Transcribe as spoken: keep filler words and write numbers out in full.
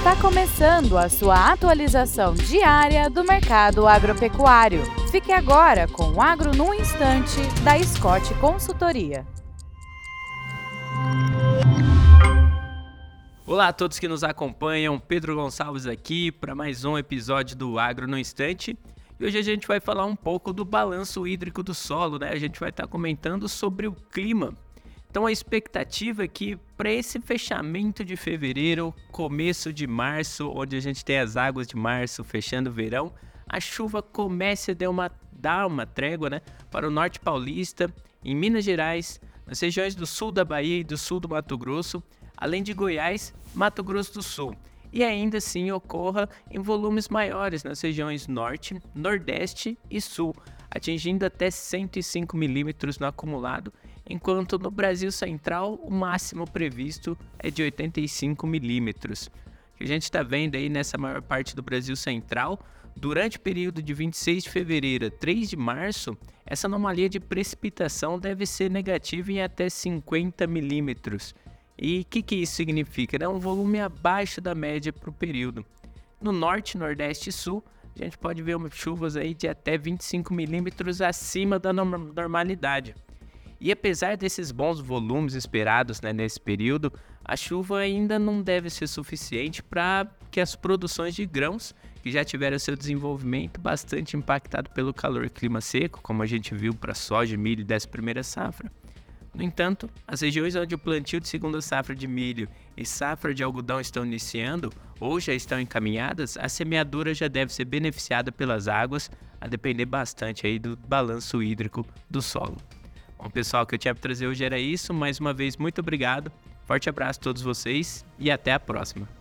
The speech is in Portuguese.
Está começando a sua atualização diária do mercado agropecuário. Fique agora com o Agro no Instante, da Scott Consultoria. Olá a todos que nos acompanham, Pedro Gonçalves aqui para mais um episódio do Agro no Instante. E hoje a gente vai falar um pouco do balanço hídrico do solo, né? A gente vai estar comentando sobre o clima. Então a expectativa é que para esse fechamento de fevereiro, começo de março, onde a gente tem as águas de março fechando o verão, a chuva comece a dar uma, dar uma trégua, né, para o norte paulista, em Minas Gerais, nas regiões do sul da Bahia e do sul do Mato Grosso, além de Goiás, Mato Grosso do Sul. E ainda assim ocorra em volumes maiores nas regiões norte, nordeste e sul, atingindo até cento e cinco milímetros no acumulado, enquanto no Brasil Central o máximo previsto é de oitenta e cinco milímetros. O que a gente está vendo aí nessa maior parte do Brasil Central, durante o período de vinte e seis de fevereiro a três de março, essa anomalia de precipitação deve ser negativa em até cinquenta milímetros. E o que, que isso significa? É um volume abaixo da média para o período. No norte, nordeste e sul, a gente pode ver umas chuvas aí de até vinte e cinco milímetros acima da normalidade. E apesar desses bons volumes esperados, né, nesse período, a chuva ainda não deve ser suficiente para que as produções de grãos, que já tiveram seu desenvolvimento bastante impactado pelo calor e clima seco, como a gente viu para soja e milho dessa primeira safra. No entanto, as regiões onde o plantio de segunda safra de milho e safra de algodão estão iniciando ou já estão encaminhadas, a semeadura já deve ser beneficiada pelas águas, a depender bastante aí do balanço hídrico do solo. Bom, pessoal, o que eu tinha para trazer hoje era isso. Mais uma vez, muito obrigado. Forte abraço a todos vocês e até a próxima.